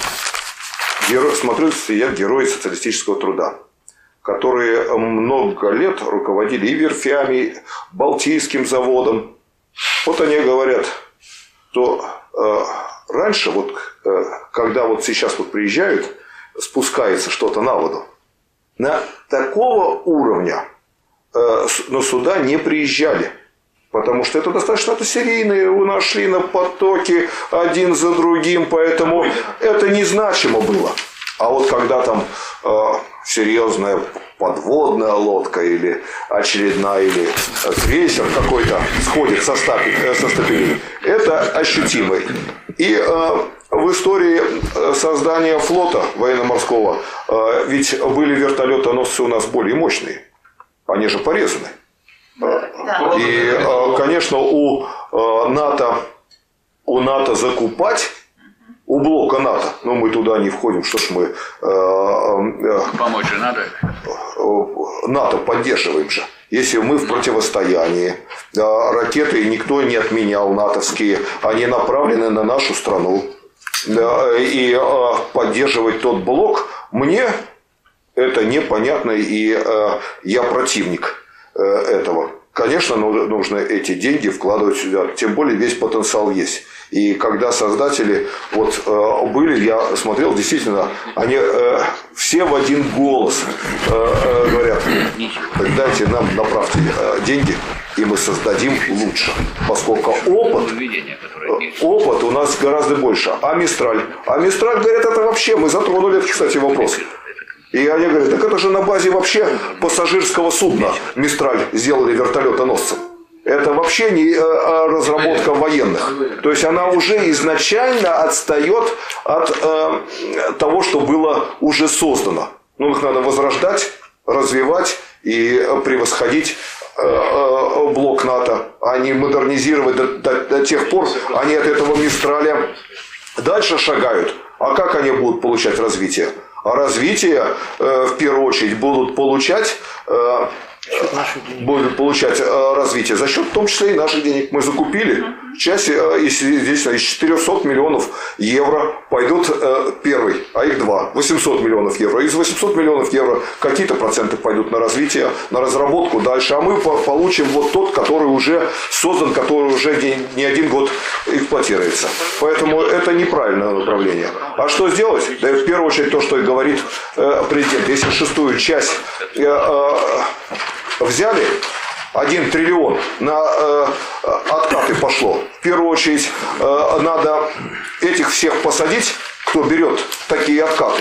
[SPEAKER 2] геро, смотрю, сидят герои социалистического труда, которые много лет руководили и верфями, Балтийским заводом. Вот они говорят, что э, раньше, вот, э, когда вот сейчас вот приезжают, спускается что-то на воду, на такого уровня на суда не приезжали. Потому что это достаточно это серийные, у нас шли на потоки один за другим, поэтому это незначимо было. А вот когда там э, серьезная подводная лодка или очередная, или крейсер какой-то сходит со стапелей, это ощутимо. И э, в истории создания флота военно-морского э, ведь были вертолетоносцы у нас более мощные. Они же порезаны. Да. И, конечно, у НАТО, у НАТО закупать, у блока НАТО, но мы туда не входим, что ж мы...
[SPEAKER 4] Помочь же надо.
[SPEAKER 2] НАТО поддерживаем же. Если мы в противостоянии, ракеты никто не отменял натовские, они направлены на нашу страну. И поддерживать тот блок мне это непонятно, и я противник этого. Конечно, нужно эти деньги вкладывать сюда, тем более весь потенциал есть. И когда создатели вот были, я смотрел, действительно, они все в один голос говорят: дайте нам, направьте деньги, и мы создадим лучше. Поскольку опыт, опыт у нас гораздо больше. А Мистраль? А Мистраль, говорят, это вообще, мы затронули, кстати, вопрос. И они говорят, так это же на базе вообще пассажирского судна Мистраль сделали вертолетоносцем. Это вообще не разработка военных. То есть она уже изначально отстает от э, того, что было уже создано. Ну, их надо возрождать, развивать и превосходить э, э, блок НАТО, а не модернизировать до, до, до тех пор, они от этого Мистраля дальше шагают. А как они будут получать развитие? А развитие, э, в первую очередь, будут получать, э, будут получать э, развитие за счет, в том числе, и наших денег. Мы закупили часть, э, из, здесь из четырехсот миллионов евро пойдут э, первый, а их два, восемьсот миллионов евро. Из восьмисот миллионов евро какие-то проценты пойдут на развитие, на разработку дальше, а мы получим вот тот, который уже создан, который уже не, не один год эксплуатируется. Поэтому это неправильное направление. А что сделать? Да, в первую очередь то, что и говорит э, президент. Если шестую часть э, э, взяли, один триллион на э, откаты пошло. В первую очередь э, надо этих всех посадить, кто берет такие откаты.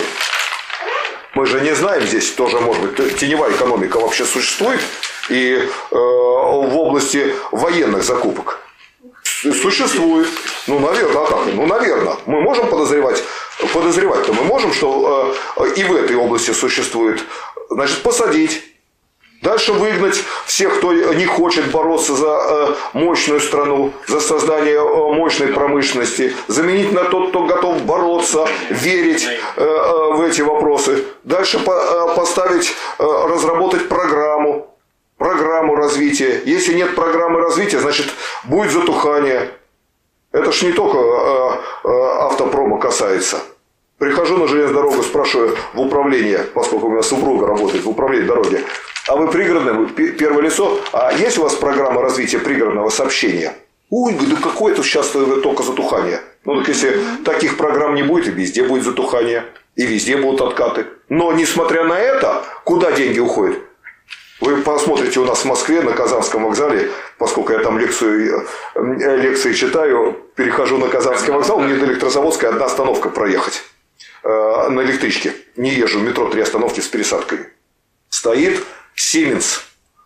[SPEAKER 2] Мы же не знаем, здесь тоже, может быть, теневая экономика вообще существует. И э, в области военных закупок существует. Ну, наверное, а как? Ну, наверное. Мы можем подозревать, подозревать-то мы можем, что э, и в этой области существует. Значит, посадить. Дальше выгнать всех, кто не хочет бороться за э, мощную страну, за создание э, мощной промышленности. Заменить на тот, кто готов бороться, верить э, э, в эти вопросы. Дальше по, э, поставить, э, разработать программу. Программу развития. Если нет программы развития, значит, будет затухание. Это ж не только э, э, автопрома касается. Прихожу на железную дорогу, спрашиваю в управлении, поскольку у меня супруга работает в управлении дороги. А вы пригородное, вы первое лицо, а есть у вас программа развития пригородного сообщения? Ой, да какое-то сейчас только затухание. Ну, так если таких программ не будет, и везде будет затухание, и везде будут откаты. Но, несмотря на это, куда деньги уходят? Вы посмотрите у нас в Москве на Казанском вокзале, поскольку я там лекцию, лекции читаю, перехожу на Казанский вокзал, мне до Электрозаводской одна остановка проехать э, на электричке. Не езжу в метро, три остановки с пересадкой. Стоит Siemens,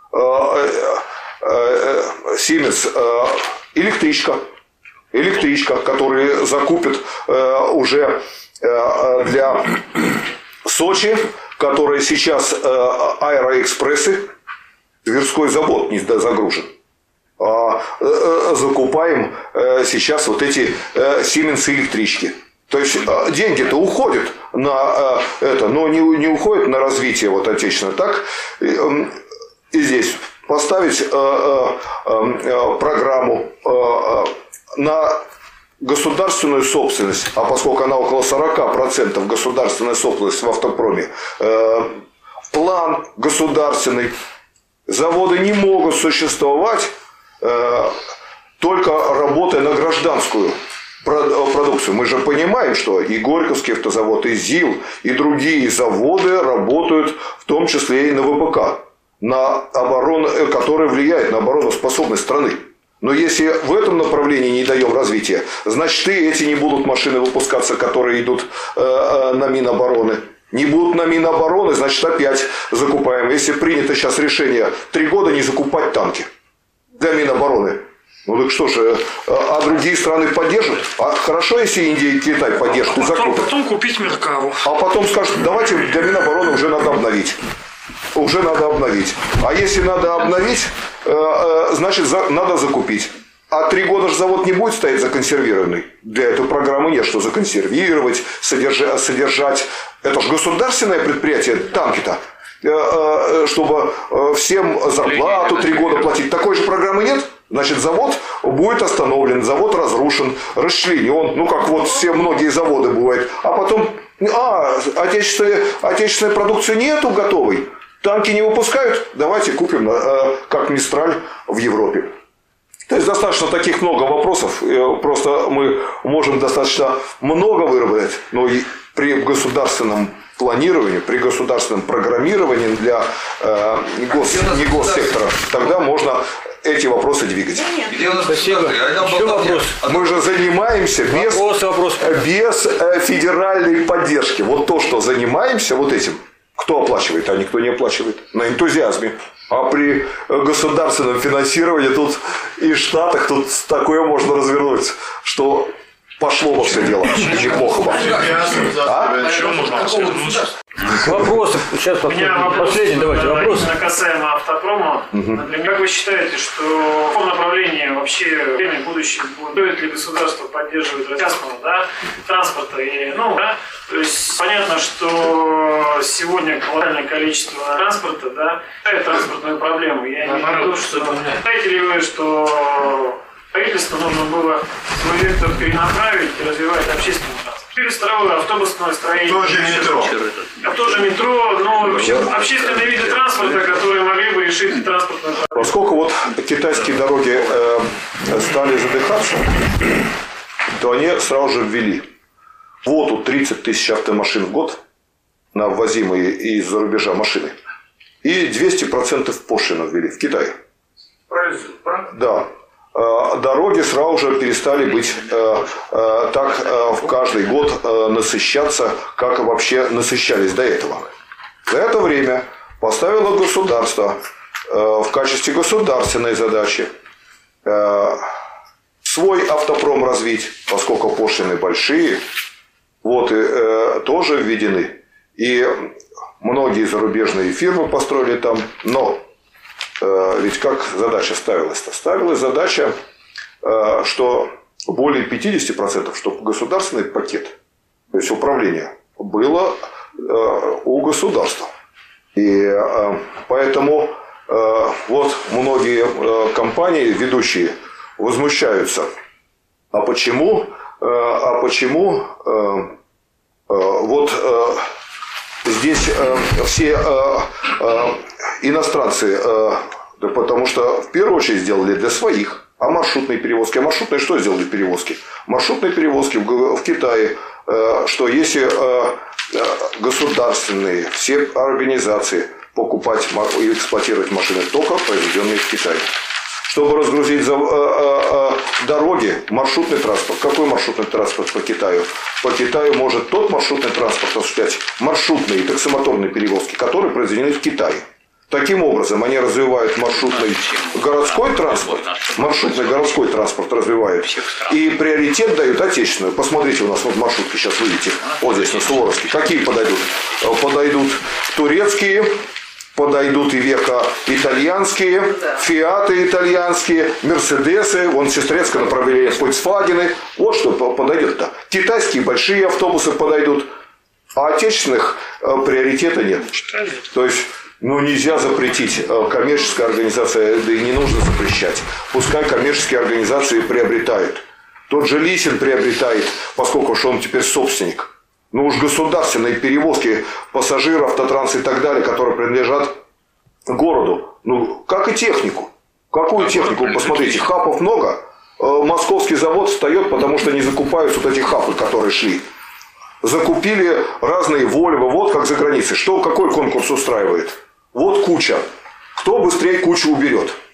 [SPEAKER 2] Siemens электричка, электричка, которые закупят уже для Сочи, которые сейчас аэроэкспрессы, Тверской завод не загружен. Закупаем сейчас вот эти Siemens электрички. То есть деньги-то уходят на это, но не, не уходят на развитие вот отечественного. Так и здесь поставить программу на государственную собственность, а поскольку она около сорока процентов государственная собственность в автопроме, план государственный, заводы не могут существовать только работая на гражданскую продукцию. Мы же понимаем, что и Горьковский автозавод, и ЗИЛ, и другие заводы работают в том числе и на ВПК, на оборону, который влияет на обороноспособность страны. Но если в этом направлении не даем развития, значит и эти не будут машины выпускаться, которые идут э, э, на Минобороны. Не будут на Минобороны, значит опять закупаем. Если принято сейчас решение три года не закупать танки для Минобороны. Ну так что же, а другие страны поддержат? А хорошо, если Индия и Китай поддержат и закупят.
[SPEAKER 5] Потом купить Меркаву.
[SPEAKER 2] А потом скажут, давайте для Минобороны уже надо обновить. Уже надо обновить. А если надо обновить, значит надо закупить. А три года же завод не будет стоять законсервированный. Для этой программы нет, что законсервировать, содержать. содержать. Это же государственное предприятие, танки-то. Чтобы всем зарплату три года платить. Такой же программы нет. Значит, завод будет остановлен, завод разрушен, расчленен. Ну, как вот все многие заводы бывают. А потом, а, отечественной, отечественной продукции нету готовой. Танки не выпускают, давайте купим, как Мистраль в Европе. То есть, достаточно таких много вопросов. Просто мы можем достаточно много выработать, но и при государственном планировании, при государственном программировании для э, гос, не госсектора, тогда можно эти вопросы двигать.
[SPEAKER 1] Где у нас Спасибо. Еще вопрос.
[SPEAKER 2] Мы же занимаемся без,
[SPEAKER 1] вопрос, вопрос.
[SPEAKER 2] без федеральной поддержки. Вот то, что занимаемся вот этим, кто оплачивает, а никто не оплачивает. На энтузиазме. А при государственном финансировании тут и в Штатах тут такое можно развернуть, что пошло во все дело. Неплохо бы. А?
[SPEAKER 1] Вопросы. Сейчас
[SPEAKER 5] У меня вопрос,
[SPEAKER 1] последний, давайте вопрос.
[SPEAKER 5] Касаемо автопрома. Угу. Например, как вы считаете, что в каком направлении вообще время будущее будет? Стоит ли государство поддерживать частного, да, транспорта? И, ну, да, то есть понятно, что сегодня колоссальное количество транспорта, да, решает транспортную проблему. Я не имею в виду, что считаете ли вы, что правительству нужно было свой вектор перенаправить и развивать общественный транспорт? Перестроил автобусное строение.
[SPEAKER 3] Тоже метро.
[SPEAKER 5] А тоже метро, ну, вообще общественные виды транспорта, которые могли бы решить транспортную проблему.
[SPEAKER 2] Поскольку вот китайские дороги э, стали задыхаться, то они сразу же ввели квоту тридцать тысяч автомашин в год на ввозимые из-за рубежа машины. И двести процентов пошлину ввели в Китае.
[SPEAKER 3] Правильно?
[SPEAKER 2] Да. Дороги сразу же перестали быть э, э, так э, в каждый год э, насыщаться, как вообще насыщались до этого. За это время поставило государство э, в качестве государственной задачи э, свой автопром развить, поскольку пошлины большие, вот, и, э, тоже введены. И многие зарубежные фирмы построили там, но ведь как задача ставилась-то? Ставилась задача, что более пятьдесят процентов, чтобы государственный пакет, то есть управление, было у государства. И поэтому вот многие компании, ведущие, возмущаются. А почему, а почему вот здесь все иностранцы, да потому что в первую очередь сделали для своих. А маршрутные перевозки? А маршрутные что сделали перевозки? Маршрутные перевозки в, в Китае, что если государственные, все организации покупать и эксплуатировать машины только произведенные в Китае. Чтобы разгрузить за, э, э, дороги, маршрутный транспорт. Какой маршрутный транспорт по Китаю? По Китаю может тот маршрутный транспорт осуществлять маршрутные таксомоторные перевозки, которые произведены в Китае. Таким образом, они развивают маршрутный городской транспорт, маршрутный городской транспорт развивают, и приоритет дают отечественную. Посмотрите, у нас вот маршрутки сейчас видите, вот здесь на Суворовске. Какие подойдут? Подойдут турецкие, подойдут и века итальянские, фиаты итальянские, мерседесы, вон сестрецкое направление, фольксвагены. Вот что подойдет-то. Китайские большие автобусы подойдут, а отечественных приоритета нет. То есть, ну, нельзя запретить. Коммерческая организация, да и не нужно запрещать. Пускай коммерческие организации приобретают. Тот же Лисин приобретает, поскольку что он теперь собственник. Ну уж государственные перевозки пассажиров, автотранс и так далее, которые принадлежат городу. Ну, как и технику. Какую технику? Посмотрите, хапов много. Московский завод встает, потому что не закупаются вот эти хапы, которые шли. Закупили разные Вольво, вот как за границей. Что, какой конкурс устраивает? Вот куча. Кто быстрее кучу уберет?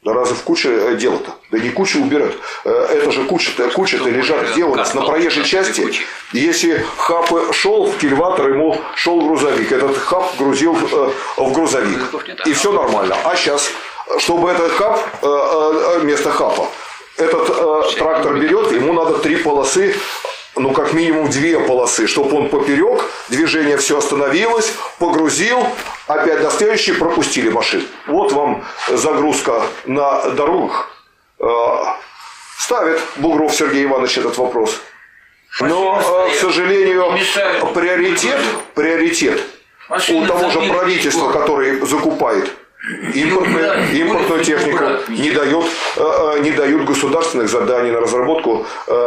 [SPEAKER 2] Да разве в куче дела-то? Да не куча уберет. Это же куча-то, куча-то лежат, где у нас на проезжей части. Если хап шел в кильватор, ему шел грузовик. Этот хап грузил в грузовик. И все нормально. А сейчас, чтобы этот хап, вместо хапа, этот трактор берет, ему надо три полосы, ну как минимум две полосы, чтобы он поперек, движение все остановилось, погрузил, опять до следующей пропустили машин. Вот вам загрузка на дорогах. Ставит Бугров Сергей Иванович этот вопрос. Но, к сожалению, приоритет, приоритет у того же правительства, который закупает импортную, импортную технику, не дает, не дают государственных заданий на разработку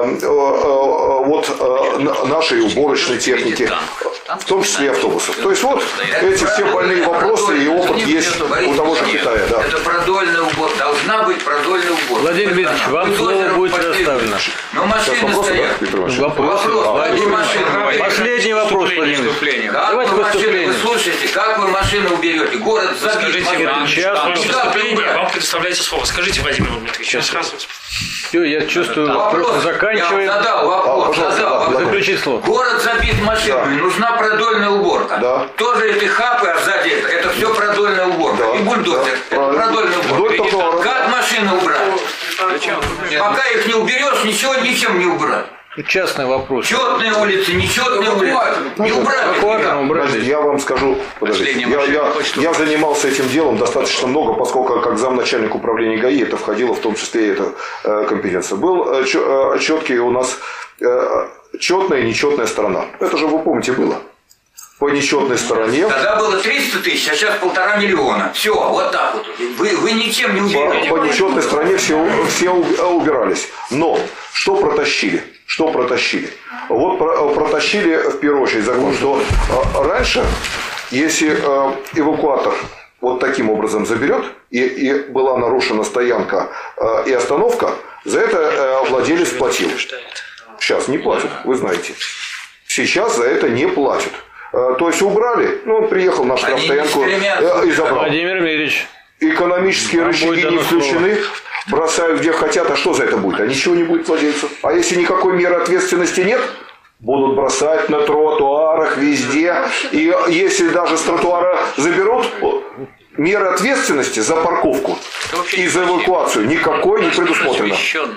[SPEAKER 2] вот нашей уборочной техники, в том числе и автобусов. То есть вот эти все больные вопросы и опыт есть у того же Китая. Да.
[SPEAKER 6] Это продольный убор, должна быть продольная уборка.
[SPEAKER 1] Владимир Дмитриевич, вам слово будет предоставлено.
[SPEAKER 6] Но машины стоят.
[SPEAKER 1] Вопрос. Последний вопрос, Владимир Дмитриевич.
[SPEAKER 6] Как вы машины, вы слушайте, как вы машины уберете? Город забит.
[SPEAKER 7] Вам предоставляется слово. Скажите, Владимир Дмитриевич, сейчас раз.
[SPEAKER 1] Все, я чувствую, вопрос заканчиваем.
[SPEAKER 6] Я задал вопрос,
[SPEAKER 2] а,
[SPEAKER 6] задал вопрос.
[SPEAKER 1] Заключи слово.
[SPEAKER 6] Город забит машинами, да. Нужна продольная уборка. Да. Тоже эти хапы, а сзади это, это все продольная уборка. Да. И бульдозер, да. Это продольная уборка. Как машины убрать? Пока их не уберешь, ничего ничем не убрать.
[SPEAKER 1] Частный вопрос.
[SPEAKER 6] Четные улицы, нечетные улицы. Не убрать.
[SPEAKER 2] Я вам скажу, подождите, я, я, я занимался этим делом достаточно много, поскольку как замначальник управления ГАИ это входило в том числе и эта э, компетенция. Был э, четкий у нас э, четная и нечетная сторона. Это же, вы помните, было. По нечетной стороне.
[SPEAKER 6] Тогда было триста тысяч, а сейчас полтора миллиона. Все, вот так вот. Вы, вы ничем не уберете.
[SPEAKER 2] По, по нечетной стороне все, все убирались. Но что протащили? Что протащили? Вот протащили в первую очередь закон, что раньше, если эвакуатор вот таким образом заберет, и, и была нарушена стоянка и остановка, за это владелец платил. Сейчас не платят, вы знаете. Сейчас за это не платят. То есть убрали, ну он приехал на штрафстоянку и забрал.
[SPEAKER 1] Владимир Дмитриевич.
[SPEAKER 2] Экономические рычаги не включены. Бросают где хотят, а что за это будет? А ничего не будет владельцу. А если никакой меры ответственности нет, будут бросать на тротуарах везде. И если даже с тротуара заберут, меры ответственности за парковку и за эвакуацию никакой не предусмотрено.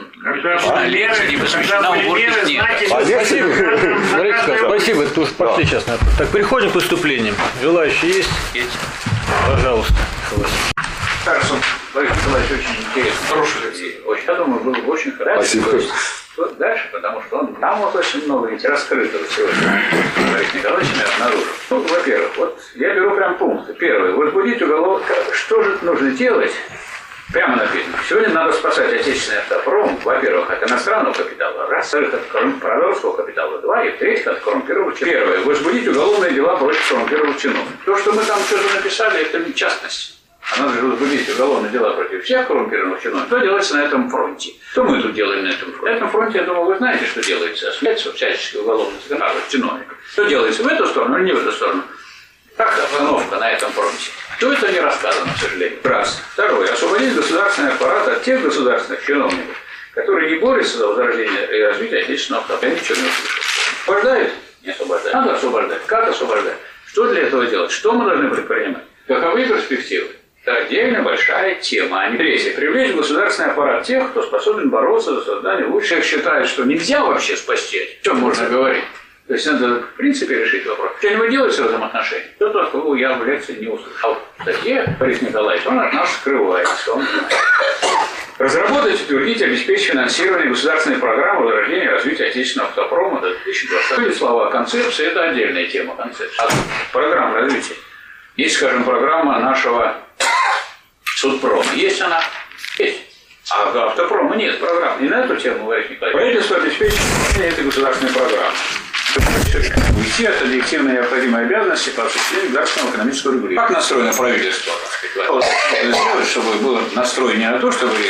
[SPEAKER 1] Спасибо, это уже пошли сейчас. Так, переходим к выступлениям. Желающие есть? Есть. Пожалуйста.
[SPEAKER 4] Хорошо. Борис Николаевич очень интересный, хороший людей. Я думаю, было бы очень хорошо.
[SPEAKER 2] Спасибо.
[SPEAKER 4] Вот дальше, потому что он, там вот очень много ведь раскрытого сегодня Борис Николаевич обнаружил. Ну, во-первых, вот я беру прям пункты. Первое. Возбудить уголовное. Что же нужно делать? Прямо написано. Сегодня надо спасать отечественный автопром, во-первых, от иностранного капитала, раз, во-вторых, от коррумпированного капитала, два, и в-третьих, от коррумпированных чиновников. Первое. Возбудить уголовные дела против коррумпированных чиновников. То, что мы там что-то написали, это не частность. А надо же возбудить уголовные дела против всех коррумпированных чиновников. Что делается на этом фронте? Что мы тут делаем на этом фронте? На этом фронте, я думаю, вы знаете, что делается. Осуществляется всячески уголовных чиновников. Что делается в эту сторону или не в эту сторону? Как обстановка на этом фронте? Все это не рассказано, к сожалению. Раз. Второе. Освободить государственный аппарат от тех государственных чиновников, которые не борются за возрождение и развитие отечественного автопрома. Я ничего не услышал. Освобождают? Не освобождают. Надо освобождать. Как освобождать? Что для этого делать? Что мы должны предпринимать? Каковы перспективы? Это отдельно большая тема. А не третье. Привлечь государственный аппарат тех, кто способен бороться за создание лучших. Считает, что нельзя вообще спасти. О чем можно говорить? То есть надо в принципе решить вопрос. Что-нибудь делается в этом отношении? То такого я в лекции не услышал. В статье Борис Николаевич, он от нас скрывается. Он... Разработать, утвердить, обеспечить финансирование государственной программы возрождения и развития отечественного автопрома до две тысячи двадцатого года. Слова концепции – это отдельная тема концепции. А программа развития. Есть, скажем, программа нашего Судпрома. Есть она? Есть. А автопрома нет программы. И на эту тему, Борис Николаевич, правительство обеспечит этой государственной программы. Уйти от объективной необходимой обязанности по осуществлению государственного экономического регулирования. Как настроено правительство? Сделать, чтобы было настроено не на то, чтобы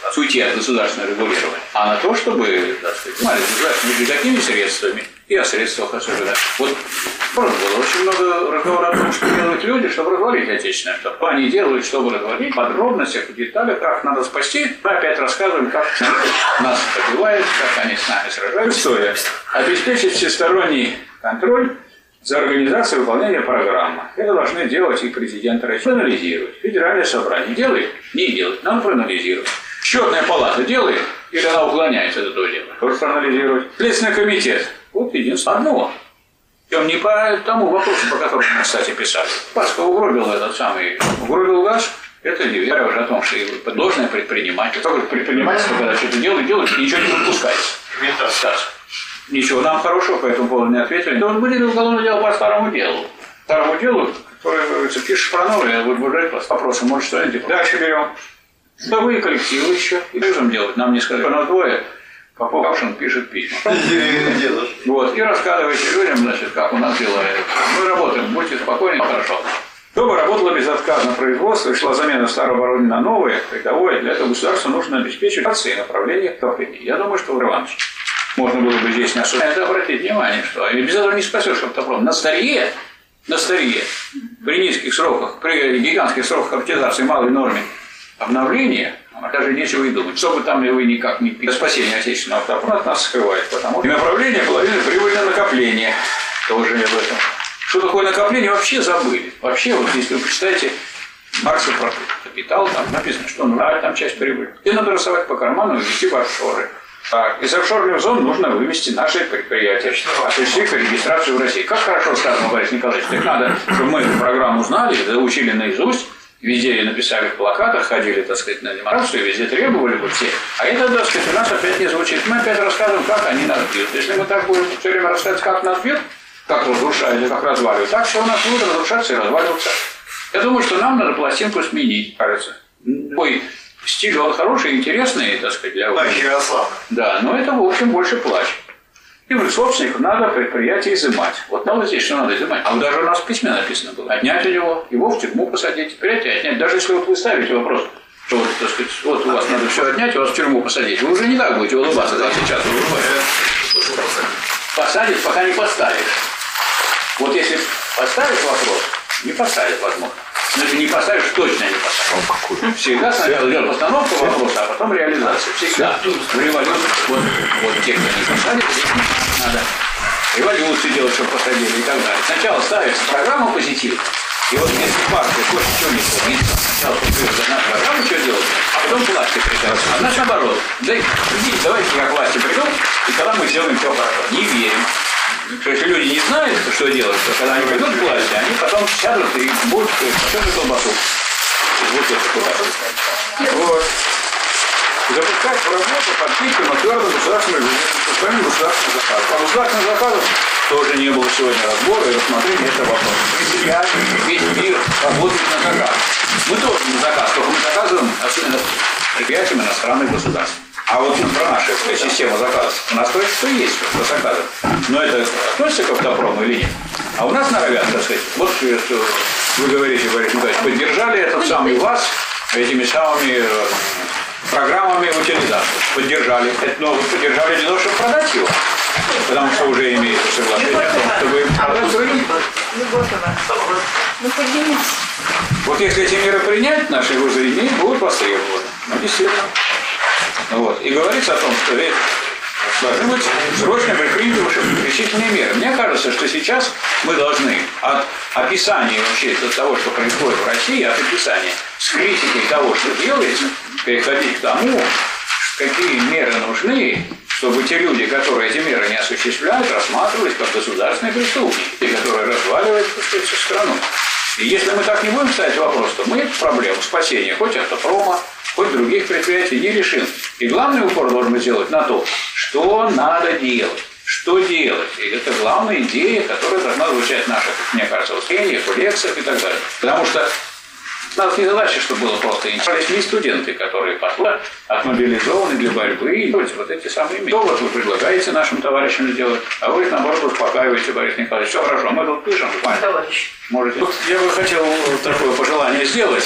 [SPEAKER 4] уйти от государственного регулирования, а на то, чтобы, так сказать, занимались государственными какими средствами, и о средствах особенно. Вот просто было очень много разговоров о том, что делают люди, чтобы развалить отечественное. Что они делают, чтобы развалить, в подробностях, в деталях, как надо спасти. Мы опять рассказываем, как нас побивают, как они с нами сражаются. История. Обеспечить всесторонний контроль за организацией выполнения программы. Это должны делать и президент России. Проанализировать. Федеральное собрание делает? Не делает. Надо проанализировать. Счетная палата делает? Или она уклоняется от этого дела? Тоже проанализировать. Следственный комитет. Вот единственное. Одно. Причем не по тому вопросу, по которому мы, кстати, писали. Паска угробил этот самый, угробил газ. Это не веря уже о том, что должное предприниматель. Только предпринимательство, когда что-то делает, делает, ничего не выпускается. Ничего, нам хорошего по этому поводу не ответили. Но были уголовное дело по старому делу. Старому делу, которое, говорится, пишешь про новое, выдвигать по вопросам, может, что-нибудь. Дальше берем. Судовые коллективы еще. И можем делать. Нам не сказали, но двое. Попавшим пишет письма. Вот. И рассказывайте людям, значит, как у нас дела. Мы работаем, будьте спокойны, хорошо. Чтобы работало безотказно производство и шла замена старого оборудования на новое, передовое, для этого государству нужно обеспечить акции и направления отопления. Я думаю, что, Иванович, можно было бы здесь не особо это обратить внимание, что без этого не спасешь автопром. На старье, на старье, при низких сроках, при гигантских сроках амортизации малой норме обновления, даже нечего и думать. Чтобы там его никак не пить. Спасение отечественного автопрома от нас скрывает, потому что направление половины прибыльное накопление. Тоже об этом. Что такое накопление, вообще забыли. Вообще, вот если вы почитаете Маркса про капитал, там написано, что нравится там часть прибыли. И надо рассовать по карману и ввести в офшоры. Так, из офшорных зон нужно вывести наши предприятия, осуществив регистрацию в России. Как хорошо сказано, Борис Николаевич, так надо, чтобы мы эту программу знали, заучили наизусть, везде ее написали в плакатах, ходили, так сказать, на демонстрацию, везде требовали бы все. А это, так сказать, у нас опять не звучит. Мы опять рассказываем, как они нас бьют. Если мы так будем все время рассказывать, как нас бьют, как разрушают или как разваливают, так все у нас будет разрушаться и разваливаться. Я думаю, что нам надо пластинку сменить, кажется. Ой, стиль он хороший, интересный, так сказать, для вас. Да, но это, в общем, больше плач. И в собственников надо предприятие изымать. Вот надо здесь что надо изымать. А вот даже у нас в письме написано было. Отнять у него, его в тюрьму посадить, предприятие отнять. Даже если вот вы ставите вопрос, что вот, так сказать, вот у вас надо все отнять, вас в тюрьму посадить, вы уже не так будете улыбаться, как сейчас улыбаетесь. Посадить, пока не поставишь. Вот если поставишь вопрос, не поставишь, возможно. Но если не поставишь, точно не поставишь. Всегда сначала идет постановка вопроса, а потом реализация. Всегда. В революции, вот, вот те, кто не посадили, здесь не надо. Революцию делать, чтобы посадили и так далее. Сначала ставится программа позитивная. И вот если партия хочет что-нибудь добиться, сначала подтверждает нашу программу, что делать, а потом к власти придется. А значит наоборот. Да, идите, давайте я к власти приду, и тогда мы сделаем все хорошо. Не верим. Что если люди не знают, что делать, то когда они придут к власти, они потом сядут и будут пошли колбасу. Вот это куда. Вот. Запускать в работу под пиком твердым государственным регулированием государственных заказов. А государственных заказов тоже не было сегодня разбора и рассмотрения этого вопроса. Принципиально весь мир работает на заказ. Мы тоже на заказ, только мы заказываем особенно предприятиям иностранных государств. А вот про нашу систему заказов у нас кое-что есть по заказам. Но это относится к автопрому или нет? А у нас норовят, так сказать, вот вы говорите, Борис Николаевич, поддержали этот самый ВАЗ этими самыми программами утилизации. Поддержали. Это новость поддержали для того, чтобы продать его. Потому что уже имеется соглашение о том, чтобы продать рынок. Вот если эти меры принять, наши грузовики будут востребованы. Ну, действительно. Вот. И говорится о том, что должны быть срочно предприняты вышеперечисленные меры. Мне кажется, что сейчас мы должны от описания вообще от того, что происходит в России, от описания с критикой того, что делается, переходить к тому, какие меры нужны, чтобы те люди, которые эти меры не осуществляют, рассматривались как государственные преступники, которые разваливают, так сказать, всю страну. И если мы так не будем ставить вопрос, то мы эту проблему спасения хоть автопрома, хоть других предприятий не решим. И главный упор должен быть сделать на то, что надо делать, что делать. И это главная идея, которая должна звучать в наших, мне кажется, выступлениях, в лекциях и так далее. Потому что у нас не задача, чтобы было просто интересно. Есть студенты, которые послали, отмобилизованы для борьбы. И вот эти самые меры. Что вот вы предлагаете нашим товарищам сделать? А вы их, наоборот, успокаиваете, Борис Николаевич. Все хорошо, мы тут пишем. Товарищ. Можете. Вот я бы хотел такое пожелание сделать.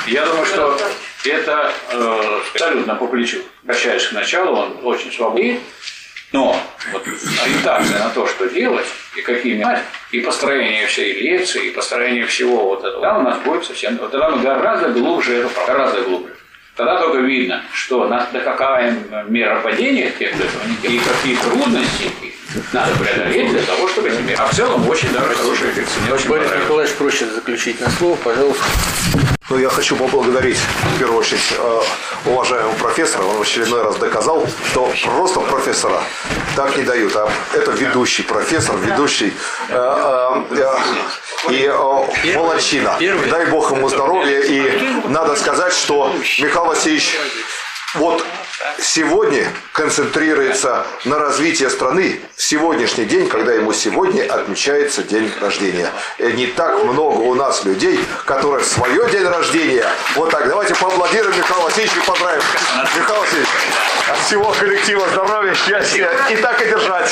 [SPEAKER 4] Я думаю, что это э, абсолютно по плечу. Обращаясь к началу, он очень свободный. Но вот ориентация на то, что делать, и какими, и построение всей лекции, и построение всего вот этого, да, у нас будет совсем... Вот тогда мы гораздо глубже это, гораздо глубже. Тогда только видно, что на, до какая мера падения тех этого и какие трудности надо преодолеть для того, чтобы себе. А в целом очень даже хороший эффект. Мне очень
[SPEAKER 1] Борис Николаевич просит заключительное слово, пожалуйста.
[SPEAKER 2] Ну, я хочу поблагодарить, в первую очередь, уважаемого профессора. Он в очередной раз доказал, что просто профессора так не дают. А это ведущий профессор, ведущий э, э, и э, молодчина. Дай Бог ему здоровья. И надо сказать, что Михаил Васильевич вот сегодня концентрируется на развитии страны в сегодняшний день, когда ему сегодня отмечается день рождения. И не так много у нас людей, которые в свое день рождения. Вот так, давайте поаплодируем Михаилу Васильевичу и поздравим. Михаил Васильевич, от всего коллектива здоровья, счастья и так и держать.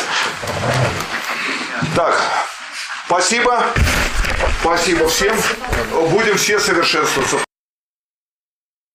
[SPEAKER 2] Так, спасибо. Спасибо всем. Будем все совершенствоваться.